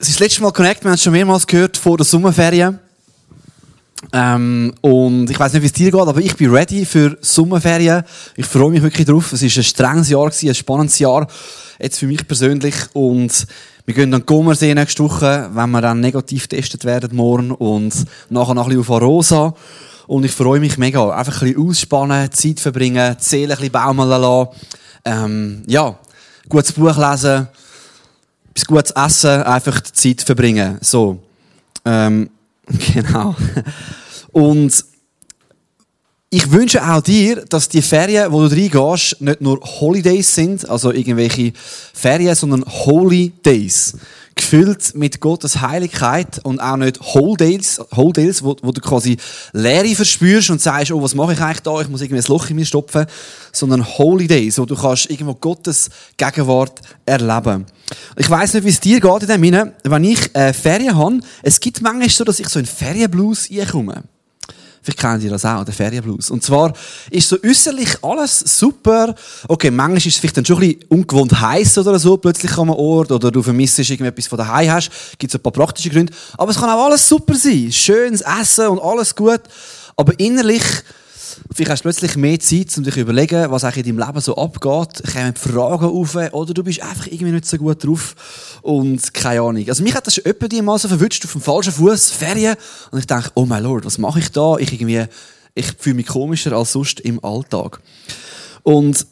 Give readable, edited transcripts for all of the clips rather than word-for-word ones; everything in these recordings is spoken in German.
Es ist das letzte Mal Connect, wir haben es schon mehrmals gehört, vor der Sommerferien. Und ich weiss nicht, wie es dir geht, aber ich bin ready für Sommerferien. Ich freue mich wirklich drauf. Es war ein strenges Jahr, ein spannendes Jahr. Jetzt für mich persönlich. Und wir gehen dann Gommersee nächste Woche, wenn wir dann negativ getestet werden morgen. Und nachher noch ein bisschen auf Arosa. Und ich freue mich mega. Einfach ein bisschen ausspannen, Zeit verbringen, die Seele ein bisschen baumeln lassen. Gutes Buch lesen. Etwas Gutes essen, einfach die Zeit verbringen. So. Genau. Und ich wünsche auch dir, dass die Ferien, wo du reingehst, nicht nur Holidays sind, also irgendwelche Ferien, sondern Holy Days. Gefüllt mit Gottes Heiligkeit und auch nicht Whole Days, wo du quasi Leere verspürst und sagst, oh, was mache ich eigentlich da? Ich muss irgendwie ein Loch in mir stopfen. Sondern Holy Days, wo du kannst irgendwo Gottes Gegenwart erleben. Ich weiss nicht, wie es dir geht in dem Sinne, wenn ich Ferien habe. Es gibt manchmal so, dass ich so in Ferienblues reinkomme. Vielleicht kennen die das auch, der Ferienblues. Und zwar ist so äußerlich alles super. Okay, manchmal ist es vielleicht dann schon ein bisschen ungewohnt heiß oder so, plötzlich an einem Ort, oder du vermisst irgendetwas von daheim hast. Gibt es ein paar praktische Gründe. Aber es kann auch alles super sein. Schönes Essen und alles gut. Aber innerlich, vielleicht hast du plötzlich mehr Zeit, um dich zu überlegen, was eigentlich in deinem Leben so abgeht. Kommen Fragen auf, oder du bist einfach irgendwie nicht so gut drauf. Und keine Ahnung. Also mich hat das schon jemand mal so verwünscht auf dem falschen Fuß, Ferien. Und ich denke, oh mein Lord, was mache ich da? Ich fühle mich komischer als sonst im Alltag. Und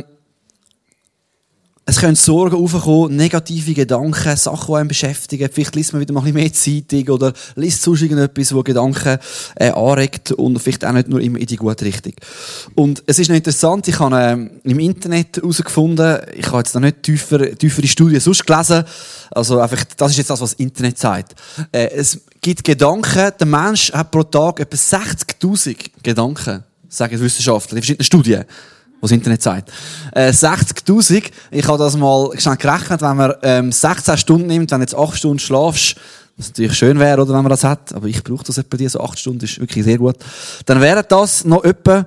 es können Sorgen aufkommen, negative Gedanken, Sachen, die einen beschäftigen. Vielleicht liest man wieder mal ein bisschen mehr Zeitung oder liest sonst irgendetwas, das Gedanken anregt und vielleicht auch nicht nur immer in die gute Richtung. Und es ist noch interessant, ich habe im Internet herausgefunden, ich habe jetzt noch nicht tiefere Studien sonst gelesen, also einfach, das ist jetzt das, was das Internet sagt. Es gibt Gedanken, der Mensch hat pro Tag etwa 60'000 Gedanken, sagen die Wissenschaftler, in verschiedenen Studien. Was das Internet sagt. 60'000. Ich habe das mal schnell gerechnet, wenn man 16 Stunden nimmt, wenn du jetzt 8 Stunden schlafst, was natürlich schön wäre, oder, wenn man das hat, aber ich brauche das etwa so 8 Stunden, ist wirklich sehr gut, dann wäre das noch etwa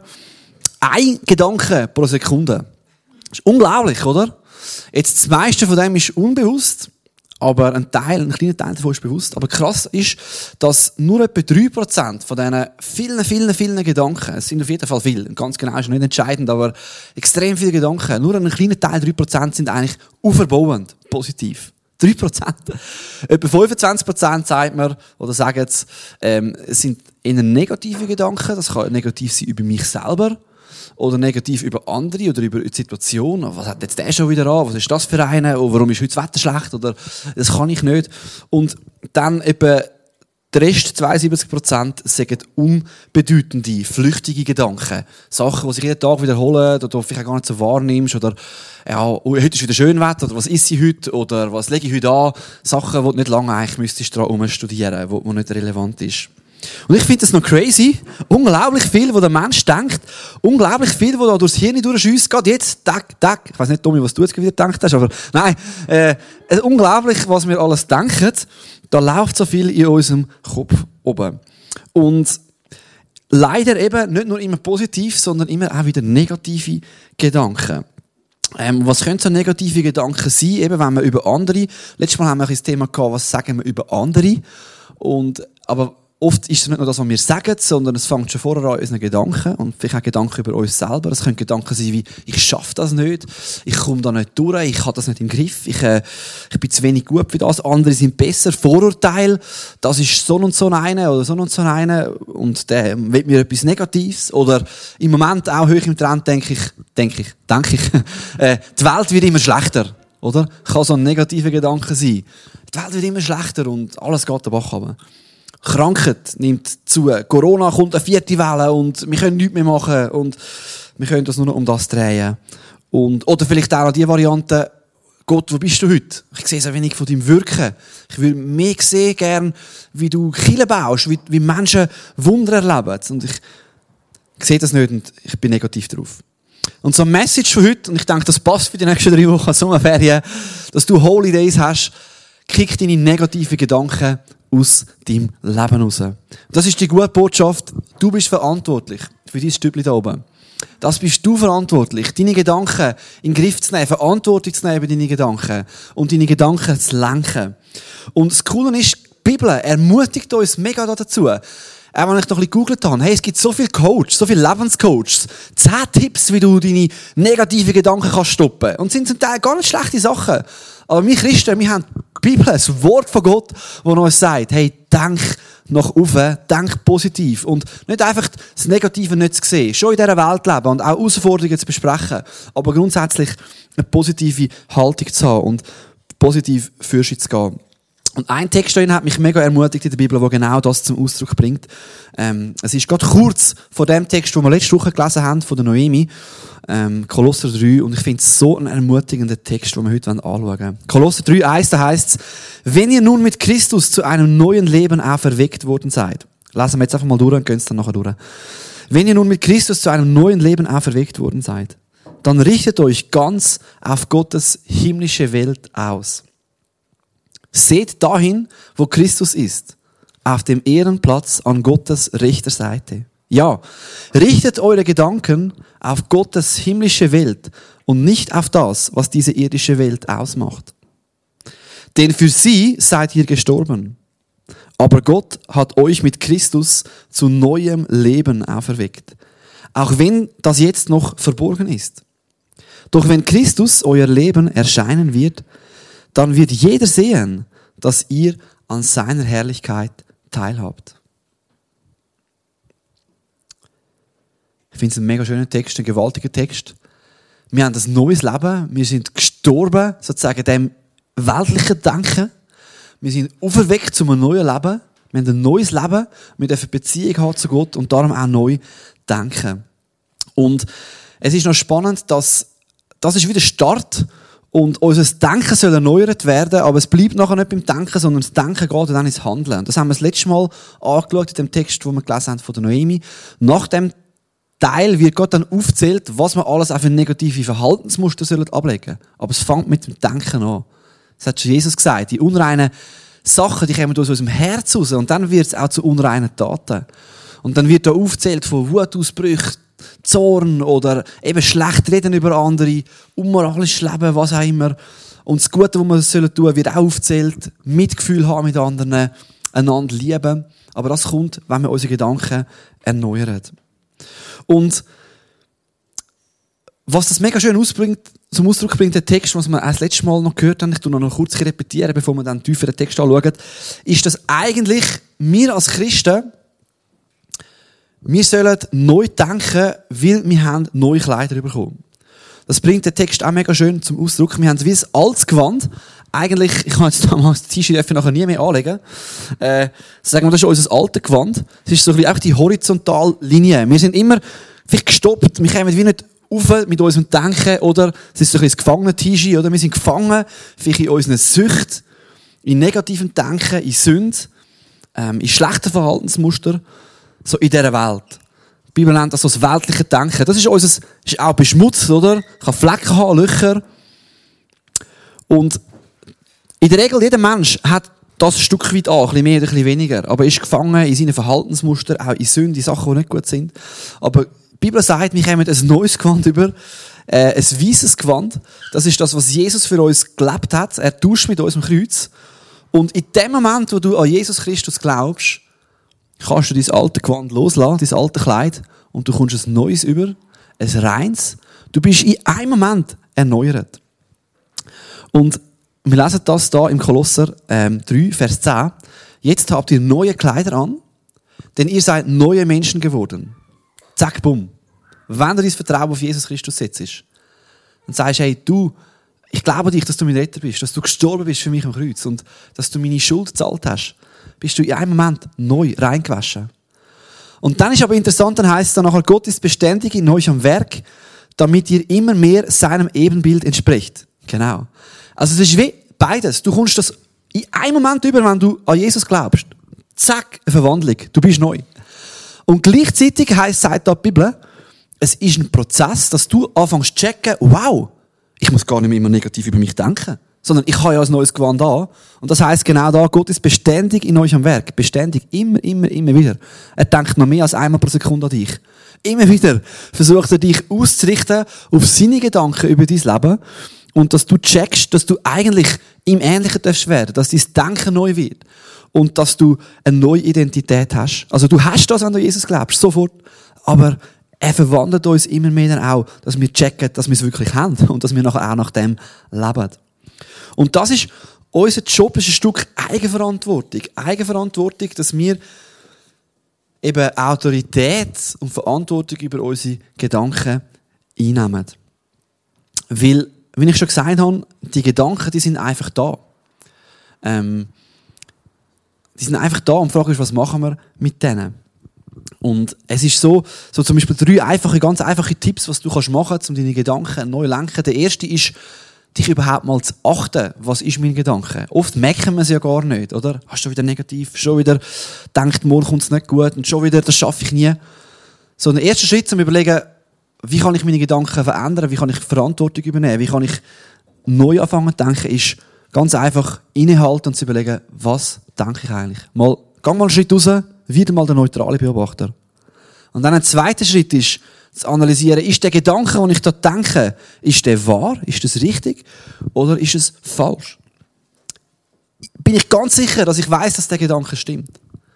1 Gedanke pro Sekunde. Das ist unglaublich, oder? Jetzt, das meiste von dem ist unbewusst, aber ein kleiner Teil davon ist bewusst. Aber krass ist, dass nur etwa 3% von diesen vielen Gedanken, es sind auf jeden Fall viele, ganz genau ist nicht entscheidend, aber extrem viele Gedanken, nur ein kleiner Teil, 3%, sind eigentlich auferbauend, positiv. 3%. Etwa 25% sagt man, oder sagen es sind eher negative Gedanken, das kann negativ sein über mich selber, oder negativ über andere oder über die Situation. Was hat jetzt der schon wieder an? Was ist das für eine? Oder warum ist heute das Wetter schlecht? Oder das kann ich nicht. Und dann etwa der Rest, 72%, sind unbedeutende, flüchtige Gedanken. Sachen, die sich jeden Tag wiederholen oder du vielleicht gar nicht so wahrnimmst. Oder ja, oh, heute ist wieder schön Wetter. Oder was ist sie heute? Oder was lege ich heute an? Sachen, die du nicht lange eigentlich müsstest dran studieren, die nicht relevant ist. Und ich finde das noch crazy. Unglaublich viel, was der Mensch denkt. Unglaublich viel, was da durchs Hirn durchschiesst. Geht jetzt, Tag. Ich weiss nicht, Tommy, was du jetzt wieder gedacht hast, aber nein. Unglaublich, was wir alles denken. Da läuft so viel in unserem Kopf oben. Und leider eben nicht nur immer positiv, sondern immer auch wieder negative Gedanken. Was können so negative Gedanken sein, eben wenn wir über andere, letztes Mal haben wir ein Thema gehabt, was sagen wir über andere. Aber oft ist es nicht nur das, was wir sagen, sondern es fängt schon vorher an unseren Gedanken und vielleicht auch Gedanken über uns selber. Es können Gedanken sein wie, ich schaffe das nicht, ich komme da nicht durch, ich habe das nicht im Griff, ich bin zu wenig gut für das, andere sind besser, Vorurteil, das ist so und so eine oder so und so eine und der will mir etwas Negatives oder im Moment auch hoch im Trend denke ich, die Welt wird immer schlechter, oder? Kann so ein negativer Gedanke sein. Die Welt wird immer schlechter und alles geht den Bach runter. Krankheit nimmt zu. Corona kommt eine 4. Welle und wir können nichts mehr machen und wir können das nur noch um das drehen. Oder vielleicht auch noch die Variante, Gott, wo bist du heute? Ich sehe so wenig von deinem Wirken. Ich würde mehr sehen gern, wie du Kirchen baust, wie Menschen Wunder erleben. Und ich sehe das nicht und ich bin negativ drauf. Und so ein Message von heute, und ich denke, das passt für die nächsten 3 Wochen Sommerferien, dass du Holy Days hast, kick deine negativen Gedanken aus deinem Leben raus. Das ist die gute Botschaft. Du bist verantwortlich für dein Stübchen da oben. Das bist du verantwortlich, deine Gedanken in den Griff zu nehmen, Verantwortung zu nehmen über deine Gedanken und deine Gedanken zu lenken. Und das Coole ist, die Bibel ermutigt uns mega dazu. Auch wenn ich noch ein bisschen gegoogelt habe, hey, es gibt so viele Coaches, so viele Lebenscoaches. 10 Tipps, wie du deine negativen Gedanken kannst stoppen. Und es sind zum Teil gar nicht schlechte Sachen. Aber wir Christen, wir haben die Bibel, das Wort von Gott, das uns sagt, hey, denk nach oben, denk positiv. Und nicht einfach das Negative nicht zu sehen. Schon in dieser Welt leben und auch Herausforderungen zu besprechen. Aber grundsätzlich eine positive Haltung zu haben und positiv für sich zu gehen. Und ein Text darin hat mich mega ermutigt in der Bibel, der genau das zum Ausdruck bringt. Es ist gerade kurz vor dem Text, den wir letzte Woche gelesen haben, von der Noemi, Kolosser 3. Und ich finde es so einen ermutigenden Text, den wir heute anschauen wollen. Kolosser 3,1, da heisst es, wenn ihr nun mit Christus zu einem neuen Leben auferweckt worden seid. Lesen wir jetzt einfach mal durch und gehen es dann nachher durch. Wenn ihr nun mit Christus zu einem neuen Leben auferweckt worden seid, dann richtet euch ganz auf Gottes himmlische Welt aus. Seht dahin, wo Christus ist, auf dem Ehrenplatz an Gottes rechter Seite. Ja, richtet eure Gedanken auf Gottes himmlische Welt und nicht auf das, was diese irdische Welt ausmacht. Denn für sie seid ihr gestorben. Aber Gott hat euch mit Christus zu neuem Leben auferweckt, auch wenn das jetzt noch verborgen ist. Doch wenn Christus euer Leben erscheinen wird, dann wird jeder sehen, dass ihr an seiner Herrlichkeit teilhabt. Ich finde es ein mega schöner Text, ein gewaltiger Text. Wir haben ein neues Leben, wir sind gestorben, sozusagen dem weltlichen Denken. Wir sind auferweckt zu einem neuen Leben. Wir haben ein neues Leben, wir dürfen Beziehung haben zu Gott und darum auch neu denken. Und es ist noch spannend, dass das ist wieder Start und unser Denken soll erneuert werden, aber es bleibt nachher nicht beim Denken, sondern das Denken geht dann ins Handeln. Das haben wir das letzte Mal angeschaut in dem Text, den wir gelesen haben von der Noemi. Nach dem Teil wird Gott dann aufgezählt, was wir alles auch für negative Verhaltensmuster ablegen sollen. Aber es fängt mit dem Denken an. Das hat schon Jesus gesagt. Die unreinen Sachen, die kommen aus unserem Herz raus und dann wird es auch zu unreinen Taten. Und dann wird da aufgezählt von Wutausbrüchen, Zorn oder eben schlecht reden über andere, unmoralisch leben, was auch immer. Und das Gute, was wir tun sollen, wird auch aufgezählt. Mitgefühl haben mit anderen, einander lieben. Aber das kommt, wenn wir unsere Gedanken erneuern. Und was das mega schön zum Ausdruck bringt, der Text, was wir das letzte Mal noch gehört haben, ich tue noch kurz repetieren, bevor wir dann tiefer den Text anschauen, ist, dass eigentlich wir als Christen wir sollen neu denken, weil wir haben neue Kleider bekommen. Das bringt der Text auch mega schön zum Ausdruck. Wir haben wie ein altes Gewand. Eigentlich, ich kann jetzt damals das T-Shirt nachher nie mehr anlegen. Sagen wir, das ist unser altes Gewand. Es ist so ein bisschen auch die horizontale Linie. Wir sind immer vielleicht gestoppt. Wir kommen wie nicht rauf mit unserem Denken, oder es ist so ein bisschen das gefangene T-Shirt, oder wir sind gefangen, vielleicht in unseren Süchten, in negativen Denken, in Sünde, in schlechten Verhaltensmustern. So in dieser Welt. Die Bibel nennt das so das weltliche Denken. Das ist ist auch beschmutzt, oder? Kann Flecken haben, Löcher. Und in der Regel, jeder Mensch hat das ein Stück weit an, ein bisschen mehr oder ein bisschen weniger. Aber ist gefangen in seinen Verhaltensmustern, auch in Sünden, in Sachen, die nicht gut sind. Aber die Bibel sagt, wir kommen ein neues Gewand über, ein weißes Gewand. Das ist das, was Jesus für uns gelebt hat. Er tauscht mit unserem Kreuz. Und in dem Moment, wo du an Jesus Christus glaubst, kannst du dein alte Gewand loslassen, dein alte Kleid, und du kommst ein neues über, ein reines. Du bist in einem Moment erneuert. Und wir lesen das da im Kolosser 3, Vers 10. Jetzt habt ihr neue Kleider an, denn ihr seid neue Menschen geworden. Zack, bumm. Wenn du dein Vertrauen auf Jesus Christus setzt und sagst, hey, ich glaube dich, dass du mein Retter bist, dass du gestorben bist für mich am Kreuz und dass du meine Schuld gezahlt hast, bist du in einem Moment neu reingewaschen. Und dann ist aber interessant, dann heisst es dann nachher, Gott ist beständig in euch am Werk, damit ihr immer mehr seinem Ebenbild entspricht. Genau. Also es ist wie beides. Du kommst das in einem Moment über, wenn du an Jesus glaubst. Zack, eine Verwandlung. Du bist neu. Und gleichzeitig sagt da die Bibel, es ist ein Prozess, dass du anfängst zu checken, wow, ich muss gar nicht mehr immer negativ über mich denken. Sondern ich habe ja ein neues Gewand an. Und das heisst genau da, Gott ist beständig in euch am Werk. Beständig. Immer wieder. Er denkt noch mehr als einmal pro Sekunde an dich. Immer wieder versucht er dich auszurichten auf seine Gedanken über dein Leben. Und dass du checkst, dass du eigentlich ihm ähnlicher darfst werden. Dass dein Denken neu wird. Und dass du eine neue Identität hast. Also du hast das, wenn du Jesus glaubst. Sofort. Aber er verwandelt uns immer mehr auch, dass wir checken, dass wir es wirklich haben. Und dass wir nachher auch nach dem leben. Und das ist unser Job, ist ein Stück Eigenverantwortung. Eigenverantwortung, dass wir eben Autorität und Verantwortung über unsere Gedanken einnehmen. Weil, wie ich schon gesagt habe, die Gedanken, die sind einfach da. Die sind einfach da und die Frage ist, was machen wir mit denen? Und es ist so zum Beispiel 3 ganz einfache Tipps, was du machen kannst, um deine Gedanken neu zu lenken. Der erste ist, dich überhaupt mal zu achten, was ist mein Gedanke. Oft merken wir es ja gar nicht, oder? Hast du wieder negativ, schon wieder denkt, morgen kommt es nicht gut und schon wieder, das schaffe ich nie. So ein erster Schritt, um zu überlegen, wie kann ich meine Gedanken verändern, wie kann ich Verantwortung übernehmen, wie kann ich neu anfangen zu denken, ist ganz einfach innehalten und zu überlegen, was denke ich eigentlich. Geh mal einen Schritt raus, wieder mal der neutrale Beobachter. Und dann ein zweiter Schritt ist, zu analysieren, ist der Gedanke, den ich da denke, ist der wahr? Ist das richtig? Oder ist es falsch? Bin ich ganz sicher, dass ich weiß, dass der Gedanke stimmt?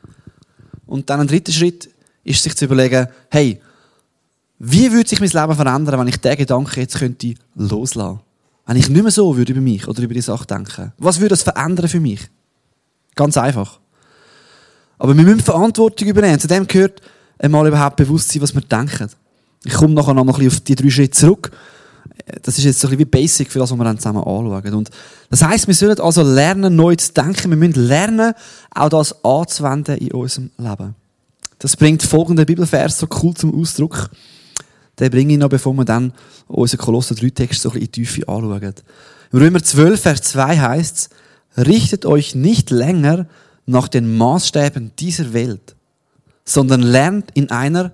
Und dann ein dritter Schritt ist, sich zu überlegen, hey, wie würde sich mein Leben verändern, wenn ich den Gedanken jetzt könnte loslassen? Wenn ich nicht mehr so würde über mich oder über die Sache denken. Was würde das verändern für mich? Ganz einfach. Aber wir müssen Verantwortung übernehmen. Zu dem gehört einmal überhaupt bewusst sein, was wir denken. Ich komme nachher noch ein bisschen auf die 3 Schritte zurück. Das ist jetzt so ein bisschen wie Basic für das, was wir dann zusammen anschauen. Und das heisst, wir sollen also lernen, neu zu denken. Wir müssen lernen, auch das anzuwenden in unserem Leben. Das bringt folgender Bibelvers so cool zum Ausdruck. Den bringe ich noch, bevor wir dann unseren Kolosser 3-Text so ein bisschen in die Tiefe anschauen. Im Römer 12, Vers 2 heisst es, richtet euch nicht länger nach den Maßstäben dieser Welt, sondern lernt in einer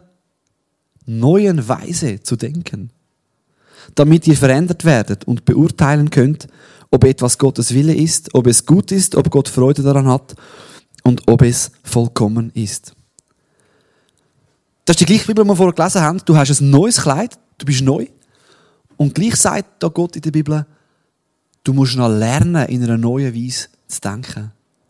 neuen Weise zu denken, damit ihr verändert werdet und beurteilen könnt, ob etwas Gottes Wille ist, ob es gut ist, ob Gott Freude daran hat und ob es vollkommen ist. Das ist die gleiche Bibel, die wir vorher gelesen haben. Du hast ein neues Kleid, du bist neu. Und gleich sagt da Gott in der Bibel, du musst noch lernen, in einer neuen Weise zu denken.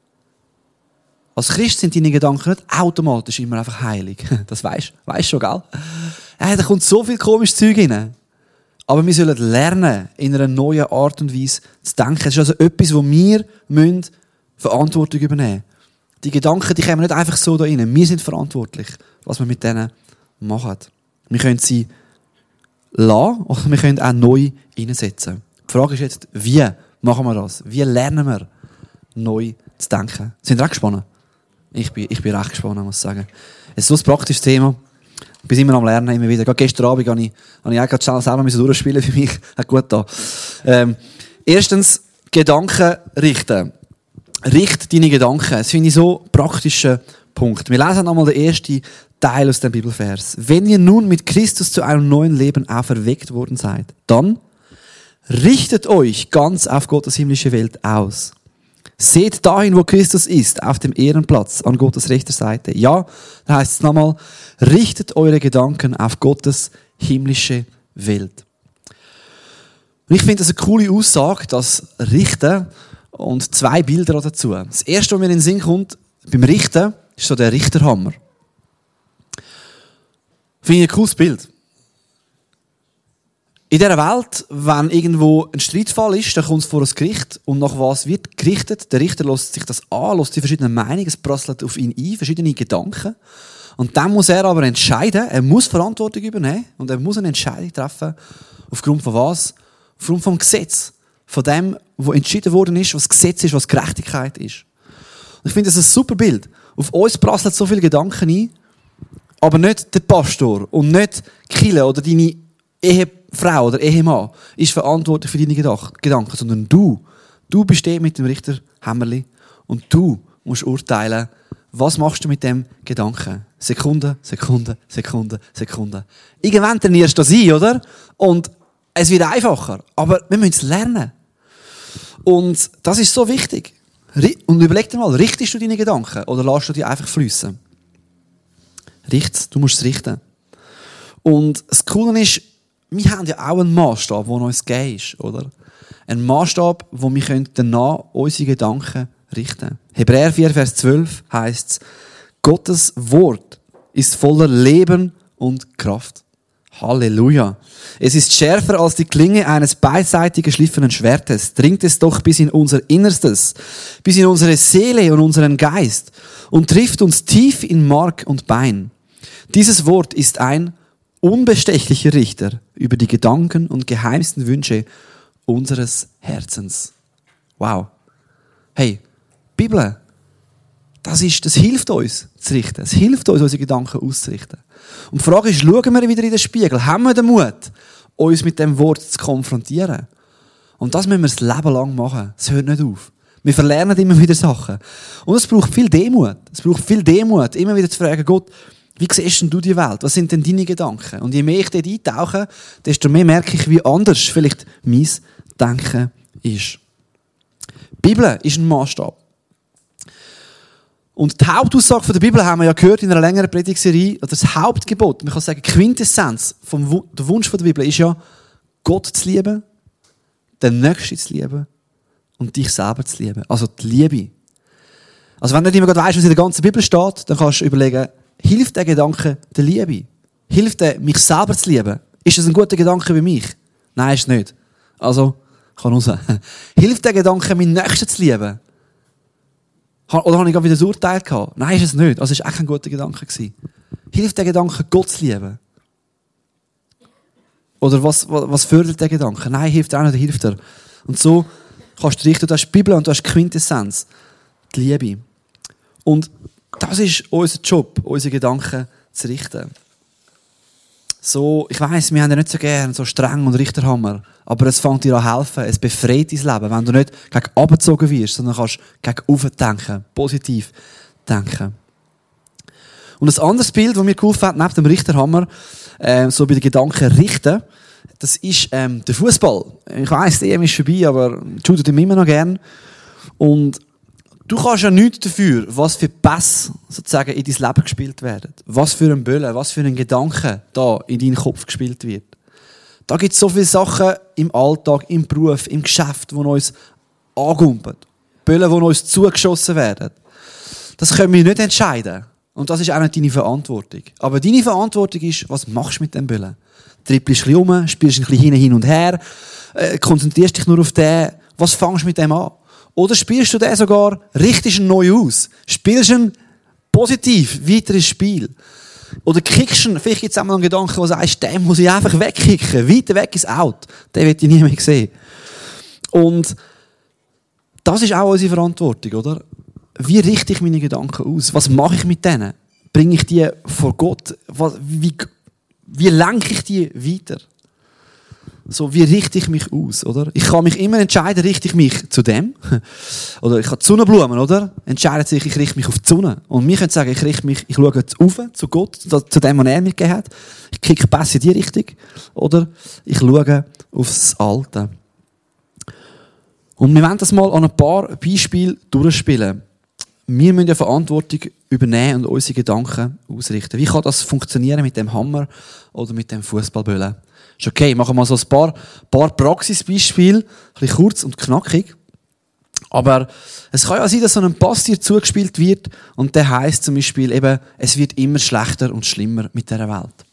Als Christ sind deine Gedanken nicht automatisch immer einfach heilig. Das weisst schon, gell? Da kommt so viel komisches Zeug rein. Aber wir sollen lernen, in einer neuen Art und Weise zu denken. Es ist also etwas, wo wir Verantwortung übernehmen müssen. Die Gedanken, die kommen nicht einfach so da rein. Wir sind verantwortlich, was wir mit denen machen. Wir können sie lassen oder wir können auch neu einsetzen. Die Frage ist jetzt, wie machen wir das? Wie lernen wir, neu zu denken? Sind ihr auch gespannt? Ich bin recht gespannt, muss ich sagen. Es ist so ein praktisches Thema. Ich bin immer am Lernen, immer wieder. Gerade gestern Abend habe ich auch gerade schnell selber durchspielen für mich. Hat gut da. Erstens, Gedanken richten. Richt deine Gedanken. Das finde ich so ein praktischer Punkt. Wir lesen einmal den ersten Teil aus dem Bibelvers. Wenn ihr nun mit Christus zu einem neuen Leben auferweckt worden seid, dann richtet euch ganz auf Gottes himmlische Welt aus. Seht dahin, wo Christus ist, auf dem Ehrenplatz an Gottes rechter Seite. Ja, da heißt es nochmal, richtet eure Gedanken auf Gottes himmlische Welt. Und ich finde das eine coole Aussage, das Richten, und 2 Bilder dazu. Das erste, was mir in den Sinn kommt, beim Richten, ist so der Richterhammer. Finde ich ein cooles Bild. In dieser Welt, wenn irgendwo ein Streitfall ist, dann kommt es vor das Gericht und nach was wird gerichtet? Der Richter lässt sich das an, lässt die verschiedenen Meinungen, es prasselt auf ihn ein, verschiedene Gedanken. Und dann muss er aber entscheiden, er muss Verantwortung übernehmen und er muss eine Entscheidung treffen. Aufgrund von was? Aufgrund vom Gesetz. Von dem, was entschieden worden ist, was Gesetz ist, was Gerechtigkeit ist. Und ich finde das ein super Bild. Auf uns prasseln so viele Gedanken ein, aber nicht der Pastor und nicht die Kirche oder deine Ehefrau oder Ehemann ist verantwortlich für deine Gedanken, sondern du. Du bist der mit dem Richterhämmerli und du musst urteilen, was machst du mit dem Gedanken? Sekunde. Irgendwann trainierst du das ein, oder? Und es wird einfacher. Aber wir müssen es lernen. Und das ist so wichtig. Und überleg dir mal, richtest du deine Gedanken oder lässt du die einfach fließen? Du musst es richten. Und das Coole ist, wir haben ja auch einen Maßstab, der uns gegeben ist, oder? Ein Maßstab, wo wir danach unsere Gedanken richten können. Hebräer 4, Vers 12 heisst es, Gottes Wort ist voller Leben und Kraft. Halleluja. Es ist schärfer als die Klinge eines beidseitig geschliffenen Schwertes. Dringt es doch bis in unser Innerstes, bis in unsere Seele und unseren Geist und trifft uns tief in Mark und Bein. Dieses Wort ist ein unbestechlicher Richter über die Gedanken und geheimsten Wünsche unseres Herzens. Wow. Hey, Bibel, das hilft uns zu richten. Es hilft uns, unsere Gedanken auszurichten. Und die Frage ist, schauen wir wieder in den Spiegel? Haben wir den Mut, uns mit dem Wort zu konfrontieren? Und das müssen wir das Leben lang machen. Es hört nicht auf. Wir verlernen immer wieder Sachen. Und es braucht viel Demut. Es braucht viel Demut, immer wieder zu fragen, Gott, wie siehst denn du die Welt? Was sind denn deine Gedanken? Und je mehr ich dort eintauche, desto mehr merke ich, wie anders vielleicht mein Denken ist. Die Bibel ist ein Maßstab. Und die Hauptaussage der Bibel haben wir ja gehört in einer längeren Predigtserie. Das Hauptgebot, man kann sagen, Quintessenz der Wunsch der Bibel ist ja, Gott zu lieben, den Nächsten zu lieben und dich selber zu lieben. Also die Liebe. Also wenn du nicht immer weißt, was in der ganzen Bibel steht, dann kannst du überlegen, hilft der Gedanke der Liebe? Hilft der, mich selber zu lieben? Ist das ein guter Gedanke für mich? Nein, ist es nicht. Also, kann raus. Hilft der Gedanke, meinen Nächsten zu lieben? Oder habe ich gerade wieder ein Urteil gehabt? Nein, ist es nicht. Also, es war echt ein guter Gedanke gewesen. Hilft der Gedanke, Gott zu lieben? Oder was fördert der Gedanke? Nein, hilft er auch nicht, hilft er. Und so kannst du richten, du hast die Bibel und du hast die Quintessenz. Die Liebe. Und das ist unser Job, unsere Gedanken zu richten. So, ich weiss, wir haben ja nicht so gern so streng und Richterhammer, aber es fängt dir an helfen, es befreit dein Leben, wenn du nicht gegen runtergezogen wirst, sondern kannst gegen oben denken, positiv denken. Und ein anderes Bild, das mir geholfen hat, neben dem Richterhammer, so bei den Gedanken richten, das ist der Fußball. Ich weiss, die EM ist vorbei, aber shootet ihn immer noch gern. Und du kannst ja nichts dafür, was für Pässe sozusagen in dein Leben gespielt werden. Was für ein Böllen, was für ein Gedanke da in deinen Kopf gespielt wird. Da gibt es so viele Sachen im Alltag, im Beruf, im Geschäft, die uns angumpen. Böllen, die uns zugeschossen werden. Das können wir nicht entscheiden. Und das ist auch nicht deine Verantwortung. Aber deine Verantwortung ist, was machst du mit dem Böllen? Trippelst du ein bisschen rum, spielst ein bisschen hin und her, konzentrierst dich nur auf den, was fängst du mit dem an? Oder spielst du den sogar, richtest ihn neu aus? Spielst ihn positiv, weiter ins Spiel? Oder kickst ihn, vielleicht gibt es auch mal einen Gedanken, wo du sagst, den muss ich einfach wegkicken, weiter weg ins Out. Den will ich nie mehr sehen. Und das ist auch unsere Verantwortung, oder? Wie richte ich meine Gedanken aus? Was mache ich mit denen? Bringe ich die vor Gott? Wie lenke ich die weiter? So, wie richte ich mich aus, oder? Ich kann mich immer entscheiden, richte ich mich zu dem? Oder ich habe die Sonnenblumen, oder? Entscheidet sich, ich richte mich auf die Sonne. Und wir können sagen, ich schaue rauf, zu Gott, zu dem, was er mir gegeben hat. Ich kicke besser in die Richtung. Oder ich schaue aufs Alte. Und wir wollen das mal an ein paar Beispielen durchspielen. Wir müssen ja Verantwortung übernehmen und unsere Gedanken ausrichten. Wie kann das funktionieren mit dem Hammer oder mit dem Fußballböllen? Ist okay, machen wir mal so ein paar Praxisbeispiele, ein bisschen kurz und knackig. Aber es kann ja sein, dass so ein Pass dir zugespielt wird und der heisst zum Beispiel eben, es wird immer schlechter und schlimmer mit dieser Welt.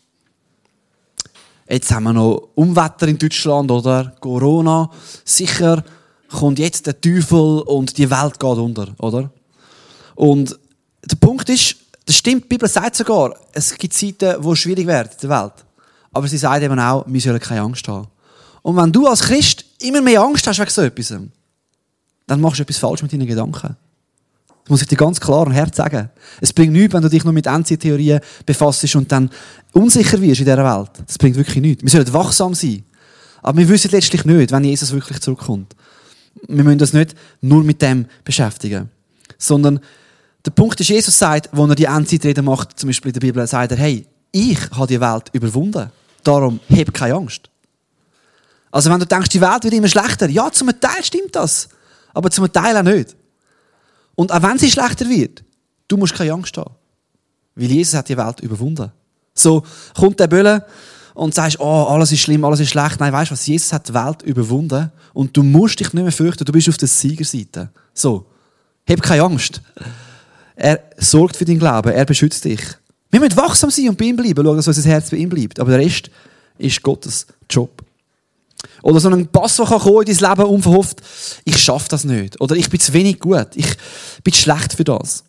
Jetzt haben wir noch Unwetter in Deutschland, oder? Corona. Sicher kommt jetzt der Teufel und die Welt geht unter, oder? Und der Punkt ist, das stimmt, die Bibel sagt sogar, es gibt Zeiten, wo es schwierig wird in der Welt. Aber sie sagt eben auch, wir sollen keine Angst haben. Und wenn du als Christ immer mehr Angst hast wegen so etwas, dann machst du etwas falsch mit deinen Gedanken. Das muss ich dir ganz klar und hart sagen. Es bringt nichts, wenn du dich nur mit Endzeit-Theorien befasst und dann unsicher wirst in dieser Welt. Das bringt wirklich nichts. Wir sollen wachsam sein. Aber wir wissen letztlich nicht, wenn Jesus wirklich zurückkommt. Wir müssen uns nicht nur mit dem beschäftigen. Sondern der Punkt ist, Jesus sagt, wo er die Endzeitrede macht, zum Beispiel in der Bibel, sagt er, hey, ich habe die Welt überwunden. Darum hab keine Angst. Also wenn du denkst, die Welt wird immer schlechter, ja, zum Teil stimmt das. Aber zum Teil auch nicht. Und auch wenn sie schlechter wird, du musst keine Angst haben. Weil Jesus hat die Welt überwunden. So kommt der Bölle und sagst, oh, alles ist schlimm, alles ist schlecht. Nein, weißt du was? Jesus hat die Welt überwunden und du musst dich nicht mehr fürchten, du bist auf der Siegerseite. So. Hab keine Angst. Er sorgt für deinen Glauben, er beschützt dich. Wir müssen wachsam sein und bei ihm bleiben, schauen, dass unser Herz bei ihm bleibt. Aber der Rest ist Gottes Job. Oder so ein Pass, der kommen in dein Leben unverhofft, ich schaffe das nicht. Oder ich bin zu wenig gut, ich bin schlecht für das.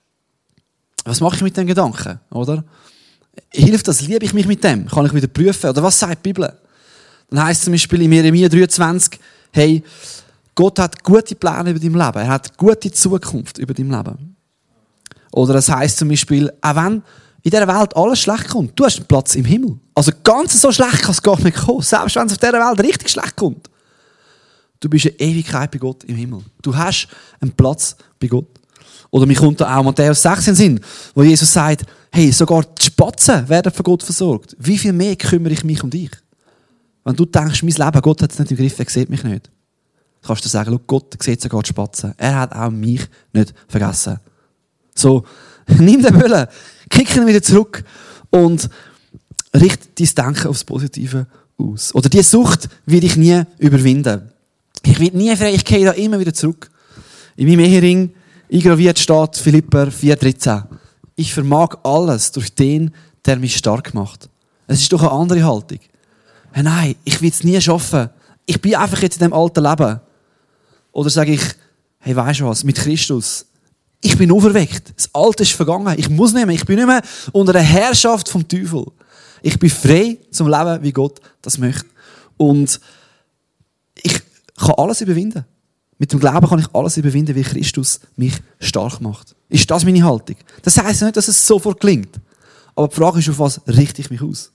Was mache ich mit dem Gedanken? Oder? Hilft das? Liebe ich mich mit dem? Kann ich wieder prüfen? Oder was sagt die Bibel? Dann heisst es zum Beispiel in Jeremia 23, hey, Gott hat gute Pläne über dein Leben. Er hat gute Zukunft über dein Leben. Oder es heisst zum Beispiel, auch wenn in dieser Welt alles schlecht kommt, du hast einen Platz im Himmel. Also ganz so schlecht kann es gar nicht kommen. Selbst wenn es auf dieser Welt richtig schlecht kommt. Du bist eine Ewigkeit bei Gott im Himmel. Du hast einen Platz bei Gott. Oder mir kommt da auch Matthäus 16 in den Sinn, wo Jesus sagt, hey, sogar die Spatzen werden von Gott versorgt. Wie viel mehr kümmere ich mich um dich? Wenn du denkst, mein Leben, Gott hat es nicht im Griff, er sieht mich nicht. Kannst du sagen, Gott sieht sogar die Spatzen. Er hat auch mich nicht vergessen. So, nimm den Müll, kick ihn wieder zurück und richte dein Denken aufs Positive aus. Oder die Sucht will ich nie überwinden. Ich will nie frei, ich gehe da immer wieder zurück. In meinem Ehering eingraviert steht Philipper 4,13. Ich vermag alles durch den, der mich stark macht. Es ist doch eine andere Haltung. Hey, nein, ich will es nie schaffen. Ich bin einfach jetzt in diesem alten Leben. Oder sage ich, hey, weisst du was, mit Christus, ich bin auferweckt. Das Alte ist vergangen. Ich muss nicht mehr. Ich bin nicht mehr unter der Herrschaft vom Teufel. Ich bin frei zum Leben, wie Gott das möchte. Und ich kann alles überwinden. Mit dem Glauben kann ich alles überwinden, wie Christus mich stark macht. Ist das meine Haltung? Das heisst nicht, dass es sofort klingt. Aber die Frage ist, auf was richte ich mich aus?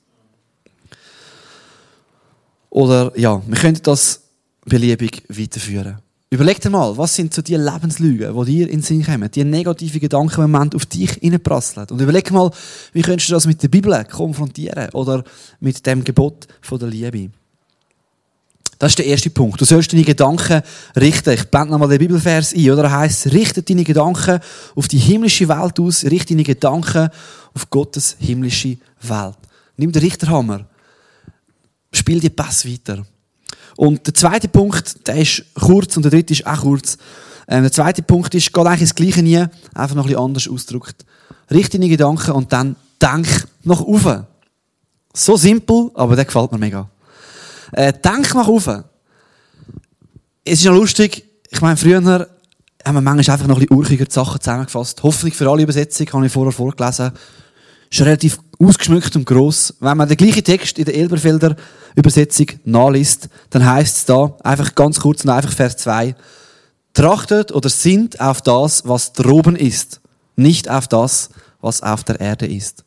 Oder, ja, wir könnten das beliebig weiterführen. Überleg dir mal, was sind so die Lebenslügen, die dir in den Sinn kommen, die negativen Gedanken im Moment auf dich hineinprasseln. Und überleg mal, wie könntest du das mit der Bibel konfrontieren oder mit dem Gebot von der Liebe. Das ist der erste Punkt. Du sollst deine Gedanken richten. Ich blende nochmal den Bibelvers ein, oder? Er heisst, richte deine Gedanken auf die himmlische Welt aus, richte deine Gedanken auf Gottes himmlische Welt. Nimm den Richterhammer. Spiel die Pass weiter. Und der zweite Punkt, der ist kurz und der dritte ist auch kurz. Der zweite Punkt ist, geht eigentlich das Gleiche nie, einfach noch ein bisschen anders ausgedrückt. Richte deine Gedanken und dann denk nach oben. So simpel, aber der gefällt mir mega. Denk nach oben. Es ist noch lustig, ich meine, früher haben wir manchmal einfach noch ein bisschen urchiger die Sachen zusammengefasst. Hoffentlich für alle Übersetzungen, habe ich vorher vorgelesen. Ist relativ ausgeschmückt und gross. Wenn man den gleichen Text in der Elberfelder Übersetzung nachliest, dann heisst es da, einfach ganz kurz und einfach Vers 2, trachtet oder sinnt auf das, was droben ist, nicht auf das, was auf der Erde ist.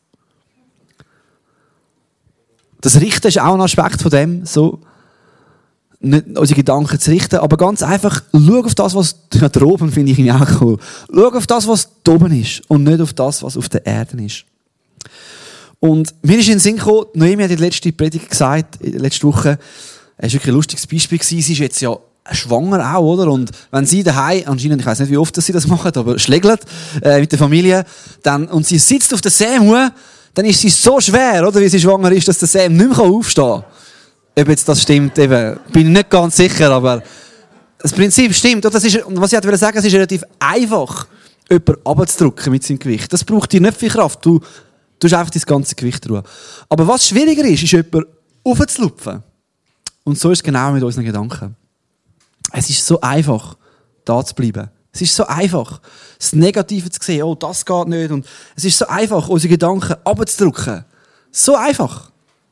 Das Richten ist auch ein Aspekt von dem, so, nicht unsere Gedanken zu richten, aber ganz einfach, schau auf das, was da droben, finde ich auch cool. Schau auf das, was da oben ist und nicht auf das, was auf der Erde ist. Und mir ist in den Sinn gekommen, Noemi hat in der letzten Predigt gesagt, letzte Woche, es war wirklich ein lustiges Beispiel gewesen, sie ist jetzt ja schwanger auch, oder? Und wenn sie daheim, anscheinend, ich weiss nicht, wie oft sie das machen, aber schlägelt, mit der Familie, dann, und sie sitzt auf der Säme, dann ist sie so schwer, oder? Wie sie schwanger ist, dass der Säme nicht mehr aufstehen kann. Ob jetzt das stimmt, eben, bin ich nicht ganz sicher, aber das Prinzip stimmt. Und das ist, was ich wollte sagen, es ist relativ einfach, jemanden runterzudrücken mit seinem Gewicht. Das braucht dir nicht viel Kraft. Du hast einfach das ganze Gewicht drauf. Aber was schwieriger ist jemanden aufzulupfen. Und so ist es genau mit unseren Gedanken. Es ist so einfach, da zu bleiben. Es ist so einfach, das Negative zu sehen. Oh, das geht nicht. Und es ist so einfach, unsere Gedanken runterzudrücken. So einfach.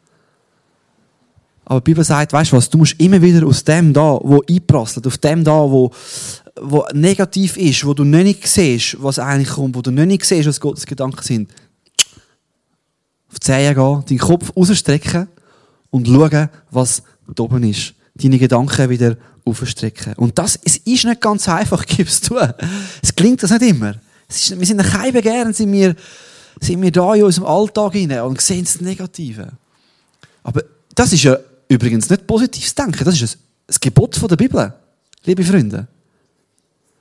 Aber die Bibel sagt, weißt du was, du musst immer wieder aus dem da, wo einprasselt, auf dem da, wo negativ ist, wo du nicht siehst, was eigentlich kommt, wo du nicht siehst, was Gottes Gedanken sind, auf die Zehen gehen, deinen Kopf rausstrecken und schauen, was da oben ist. Deine Gedanken wieder aufstrecken. Und das, es ist nicht ganz einfach, gibst du. Es klingt das nicht immer. Wir sind kein Begehren, sind wir da in unserem Alltag rein und sehen das Negative. Aber das ist ja übrigens nicht positives Denken, das ist das Gebot von der Bibel, liebe Freunde.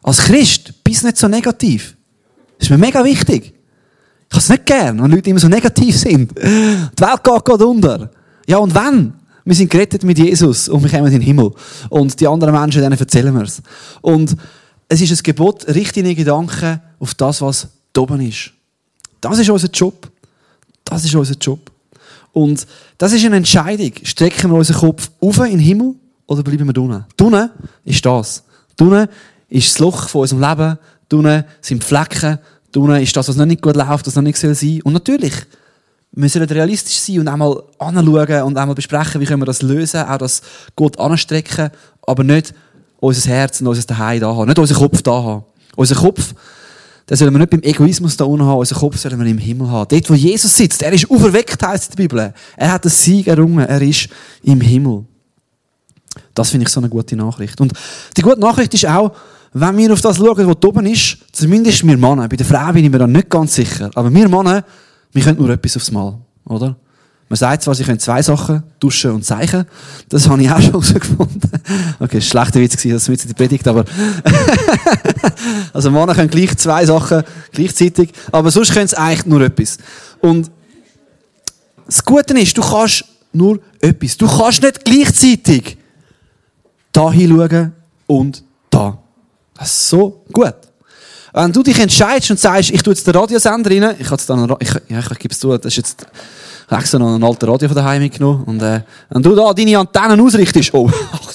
Als Christ bist du nicht so negativ. Das ist mir mega wichtig. Ich habe es nicht gern, wenn Leute immer so negativ sind. Die Welt geht unter. Ja, und wenn? Wir sind gerettet mit Jesus und wir kommen in den Himmel. Und die anderen Menschen, denen erzählen wir es. Und es ist ein Gebot, richte deine Gedanken auf das, was da oben ist. Das ist unser Job. Das ist unser Job. Und das ist eine Entscheidung. Strecken wir unseren Kopf auf in den Himmel oder bleiben wir unten? Unten ist das. Unten ist das Loch von unserem Leben. Unten sind die Flecken. Unten ist das, was noch nicht gut läuft, was noch nicht sein soll. Und natürlich, wir sollen realistisch sein und einmal anschauen und einmal besprechen, wie können wir das lösen, auch das Gott anstrecken, aber nicht unser Herz und unser Zuhause da haben, nicht unseren Kopf da haben. Unser Kopf, den sollen wir nicht beim Egoismus da unten haben, unseren Kopf sollen wir im Himmel haben. Dort, wo Jesus sitzt, er ist auferweckt, heisst in der Bibel. Er hat den Sieg errungen, er ist im Himmel. Das finde ich so eine gute Nachricht. Und die gute Nachricht ist auch, wenn wir auf das schauen, was da oben ist, zumindest wir Männer, bei der Frau bin ich mir da nicht ganz sicher, aber wir Männer, wir können nur etwas aufs Mal, oder? Man sagt zwar, sie können 2 Sachen, duschen und zeichen. Das habe ich auch schon herausgefunden. Okay, das war ein schlechter Witz, das ist mit die Predigt, aber also Männer können gleich 2 Sachen gleichzeitig, aber sonst können sie eigentlich nur etwas. Und das Gute ist, du kannst nur etwas. Du kannst nicht gleichzeitig da hinschauen und da. Das ist so gut. Wenn du dich entscheidest und sagst, ich tue jetzt den Radiosender rein, ich gebe es zu, das ist jetzt extra noch ein alter Radio von daheim mitgenommen, und wenn du da deine Antennen ausrichtest, oh,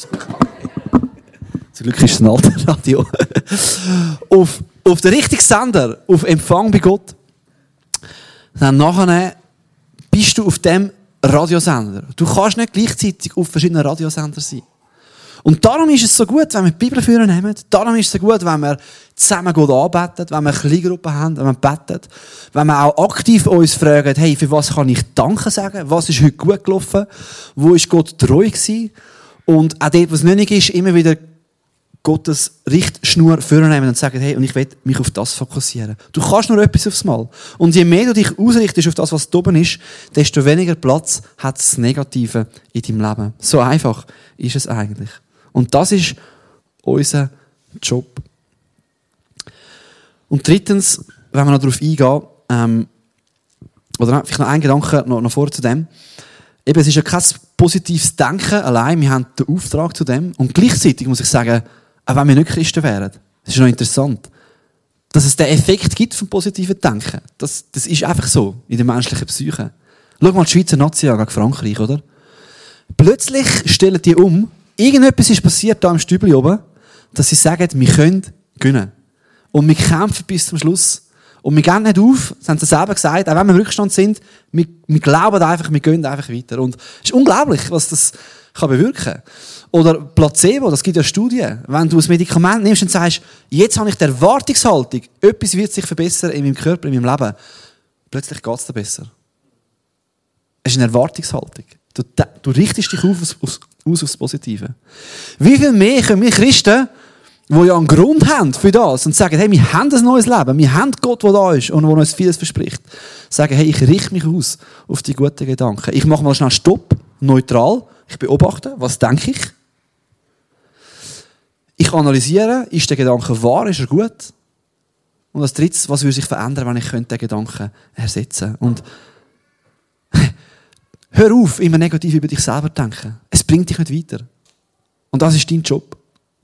zum Glück ist es ein alter Radio, auf den richtigen Sender, auf Empfang bei Gott, dann nachher bist du auf dem Radiosender. Du kannst nicht gleichzeitig auf verschiedenen Radiosendern sein. Und darum ist es so gut, wenn wir die Bibel führen nehmen. Darum ist es so gut, wenn wir zusammen Gott anbeten, wenn wir Kleingruppen haben, wenn wir beten. Wenn wir auch aktiv uns fragen, hey, für was kann ich Danke sagen? Was ist heute gut gelaufen? Wo ist Gott treu gewesen? Und auch dort, was nicht ist, immer wieder Gottes Richtschnur vornehmen und sagen, hey, und ich will mich auf das fokussieren. Du kannst nur etwas aufs Mal. Und je mehr du dich ausrichtest auf das, was da oben ist, desto weniger Platz hat das Negative in deinem Leben. So einfach ist es eigentlich. Und das ist unser Job. Und drittens, wenn wir noch darauf eingehen, oder vielleicht noch einen Gedanken noch vor zu dem. Eben, es ist ja kein positives Denken allein, wir haben den Auftrag zu dem. Und gleichzeitig muss ich sagen, auch wenn wir nicht Christen wären, das ist noch interessant, dass es den Effekt gibt vom positiven Denken. Das ist einfach so in der menschlichen Psyche. Schau mal die Schweizer Nazi an gegen Frankreich, oder? Plötzlich stellen die um, irgendetwas ist passiert da im Stübli oben, dass sie sagen, wir können gewinnen. Und wir kämpfen bis zum Schluss. Und wir gehen nicht auf, das haben sie selber gesagt, auch wenn wir im Rückstand sind, wir glauben einfach, wir gehen einfach weiter. Und es ist unglaublich, was das kann bewirken. Oder Placebo, das gibt ja Studien. Wenn du ein Medikament nimmst und sagst, jetzt habe ich die Erwartungshaltung, etwas wird sich verbessern in meinem Körper, in meinem Leben, plötzlich geht es dir besser. Es ist eine Erwartungshaltung. Du richtest dich aufs Positive. Wie viel mehr können wir Christen, die ja einen Grund haben für das und sagen, hey, wir haben ein neues Leben, wir haben Gott, der da ist und der uns vieles verspricht, sagen, hey, ich richte mich aus auf die guten Gedanken. Ich mache mal schnell Stopp, neutral, ich beobachte, was denke ich? Ich analysiere, ist der Gedanke wahr, ist er gut? Und als drittes, was würde sich verändern, wenn ich den Gedanken ersetzen könnte? Und hör auf, immer negativ über dich selber zu denken. Es bringt dich nicht weiter. Und das ist dein Job.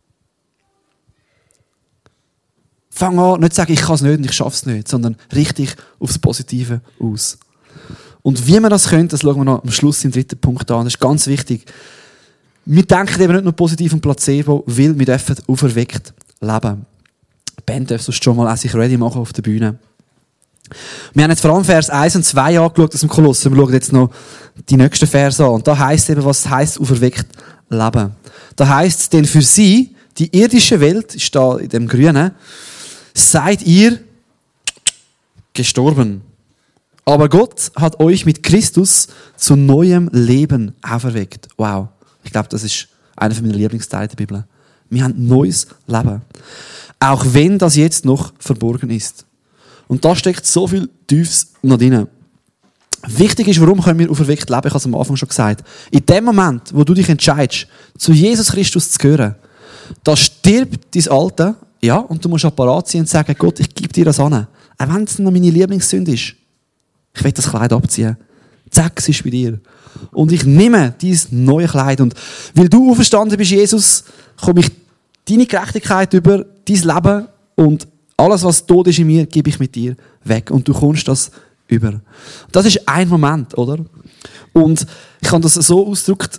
Fang an, nicht zu sagen, ich kann es nicht und ich schaffe es nicht, sondern richte dich aufs Positive aus. Und wie man das könnte, das schauen wir noch am Schluss im 3. Punkt an. Das ist ganz wichtig. Wir denken eben nicht nur positiv und Placebo, weil wir dürfen auferweckt leben. Die Band darf sonst schon mal sich ready machen auf der Bühne. Wir haben jetzt vor allem Vers 1 und 2 angeschaut aus dem Kolosser. Wir schauen jetzt noch die nächsten Verse an. Und da heisst eben, was heisst auferweckt leben. Da heisst es, denn für sie, die irdische Welt, ist da in dem Grünen, seid ihr gestorben. Aber Gott hat euch mit Christus zu neuem Leben auferweckt. Wow. Ich glaube, das ist einer meiner Lieblingsteile der Bibel. Wir haben ein neues Leben. Auch wenn das jetzt noch verborgen ist. Und da steckt so viel Tiefes noch drin. Wichtig ist, warum können wir auferweckt leben? Ich habe es am Anfang schon gesagt. In dem Moment, wo du dich entscheidest, zu Jesus Christus zu gehören, da stirbt dein Alte, Ja, und du musst auch parat sein und sagen, Gott, ich gebe dir das an. Auch wenn es noch meine Lieblingssünde ist. Ich will das Kleid abziehen. Zack, es ist bei dir. Und ich nehme dieses neue Kleid. Und weil du auferstanden bist, Jesus, komme ich deine Gerechtigkeit über dein Leben und alles, was tot ist in mir, gebe ich mit dir weg. Und du kommst das über. Das ist ein Moment, oder? Und ich habe das so ausgedrückt,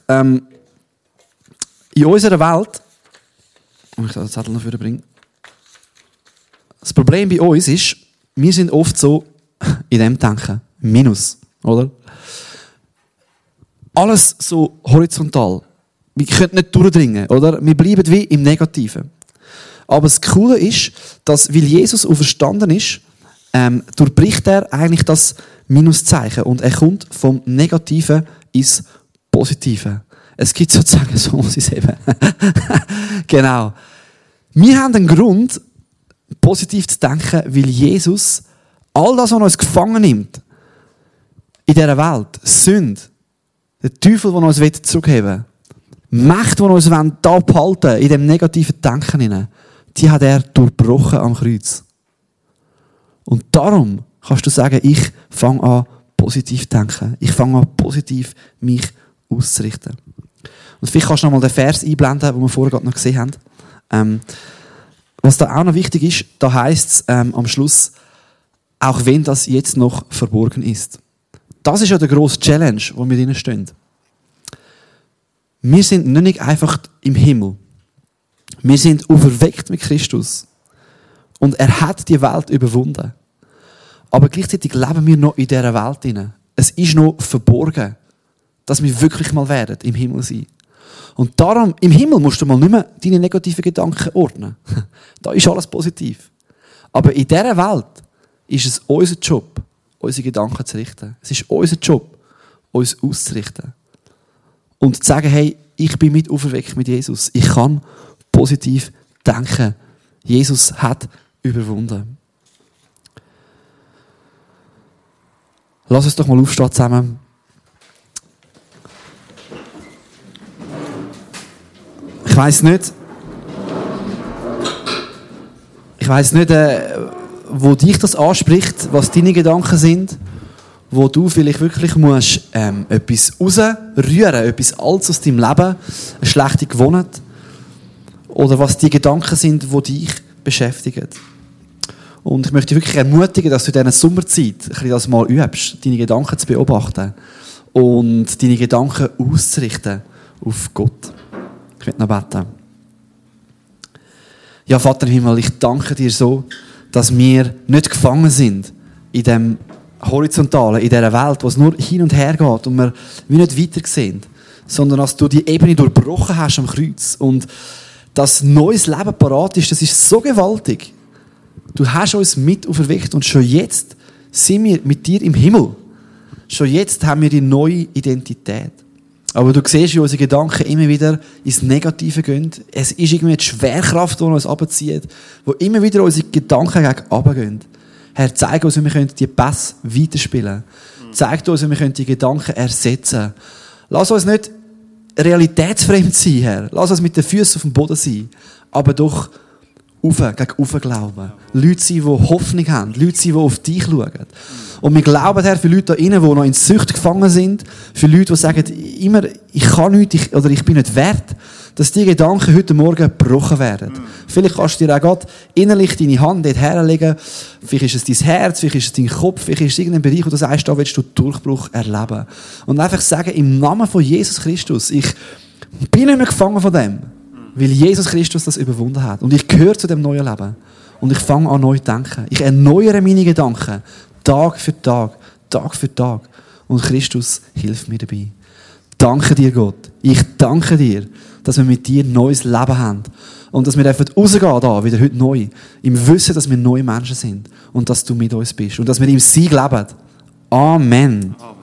in unserer Welt, wenn ich den Zettel noch bringen. Das Problem bei uns ist, wir sind oft so in dem Denken. Minus, oder? Alles so horizontal. Wir können nicht durchdringen, oder? Wir bleiben wie im Negativen. Aber das Coole ist, dass, weil Jesus auferstanden ist, durchbricht er eigentlich das Minuszeichen und er kommt vom Negativen ins Positive. Es gibt sozusagen, so muss ich es eben. Genau. Wir haben einen Grund, positiv zu denken, weil Jesus all das, was uns gefangen nimmt, in dieser Welt, Sünde, der Teufel, der uns zurückheben will, Mächte, die uns da abhalten in dem negativen Denken, die hat er durchbrochen am Kreuz. Und darum kannst du sagen, ich fange an, positiv zu denken. Ich fange an, positiv mich auszurichten. Und vielleicht kannst du noch mal den Vers einblenden, den wir vorher gerade noch gesehen haben. Was da auch noch wichtig ist, da heisst es am Schluss, auch wenn das jetzt noch verborgen ist. Das ist ja der grosse Challenge, wo wir drin stehen. Wir sind nicht einfach im Himmel. Wir sind auferweckt mit Christus. Und er hat die Welt überwunden. Aber gleichzeitig leben wir noch in dieser Welt drin. Es ist noch verborgen, dass wir wirklich mal werden, im Himmel sein. Und darum, im Himmel musst du mal nicht mehr deine negativen Gedanken ordnen. Da ist alles positiv. Aber in dieser Welt ist es unser Job, unsere Gedanken zu richten. Es ist unser Job, uns auszurichten. Und zu sagen, hey, ich bin mit auferweckt mit Jesus. Ich kann positiv denken. Jesus hat überwunden. Lass uns doch mal aufstehen zusammen. Ich weiss nicht, wo dich das anspricht, was deine Gedanken sind, wo du vielleicht wirklich musst, etwas rausrühren, etwas Altes aus deinem Leben, eine schlechte Gewohnheit, oder was die Gedanken sind, die dich beschäftigen. Und ich möchte dich wirklich ermutigen, dass du in dieser Sommerzeit ein bisschen das mal übst, deine Gedanken zu beobachten und deine Gedanken auszurichten auf Gott. Ich möchte noch beten. Ja, Vater im Himmel, ich danke dir so, dass wir nicht gefangen sind in dem Horizontalen, in dieser Welt, wo es nur hin und her geht und wir wie nicht weiter sehen, sondern dass du die Ebene durchbrochen hast am Kreuz und dass neues Leben parat ist, das ist so gewaltig. Du hast uns mit auferweckt und schon jetzt sind wir mit dir im Himmel. Schon jetzt haben wir die neue Identität. Aber du siehst, wie unsere Gedanken immer wieder ins Negative gehen. Es ist irgendwie die Schwerkraft, die uns runterzieht, wo immer wieder unsere Gedanken gegen runter gehen. Herr, zeig uns, wie wir die Pässe weiterspielen können. Zeig uns, wie wir die Gedanken ersetzen können. Lass uns nicht realitätsfremd sein, Herr. Lass uns mit den Füßen auf dem Boden sein. Aber doch gegen rauf glauben. Leute sein, die Hoffnung haben. Leute sein, die auf dich schauen. Und wir glauben, Herr, für Leute da drinnen, die noch in Sucht gefangen sind, für Leute, die sagen, immer, ich kann nichts, oder ich bin nicht wert, dass die Gedanken heute Morgen gebrochen werden. Vielleicht kannst du dir auch Gott innerlich deine Hand dort herlegen. Vielleicht ist es dein Herz, vielleicht ist es dein Kopf, vielleicht ist es irgendein Bereich, wo du sagst, da willst du Durchbruch erleben. Und einfach sagen, im Namen von Jesus Christus, ich bin nicht mehr gefangen von dem, weil Jesus Christus das überwunden hat. Und ich gehöre zu dem neuen Leben. Und ich fange an neu zu denken. Ich erneuere meine Gedanken. Tag für Tag, Tag für Tag. Und Christus hilft mir dabei. Danke dir, Gott. Ich danke dir, dass wir mit dir ein neues Leben haben. Und dass wir rausgehen da, wieder heute neu. Im Wissen, dass wir neue Menschen sind. Und dass du mit uns bist. Und dass wir im Sieg leben. Amen. Amen.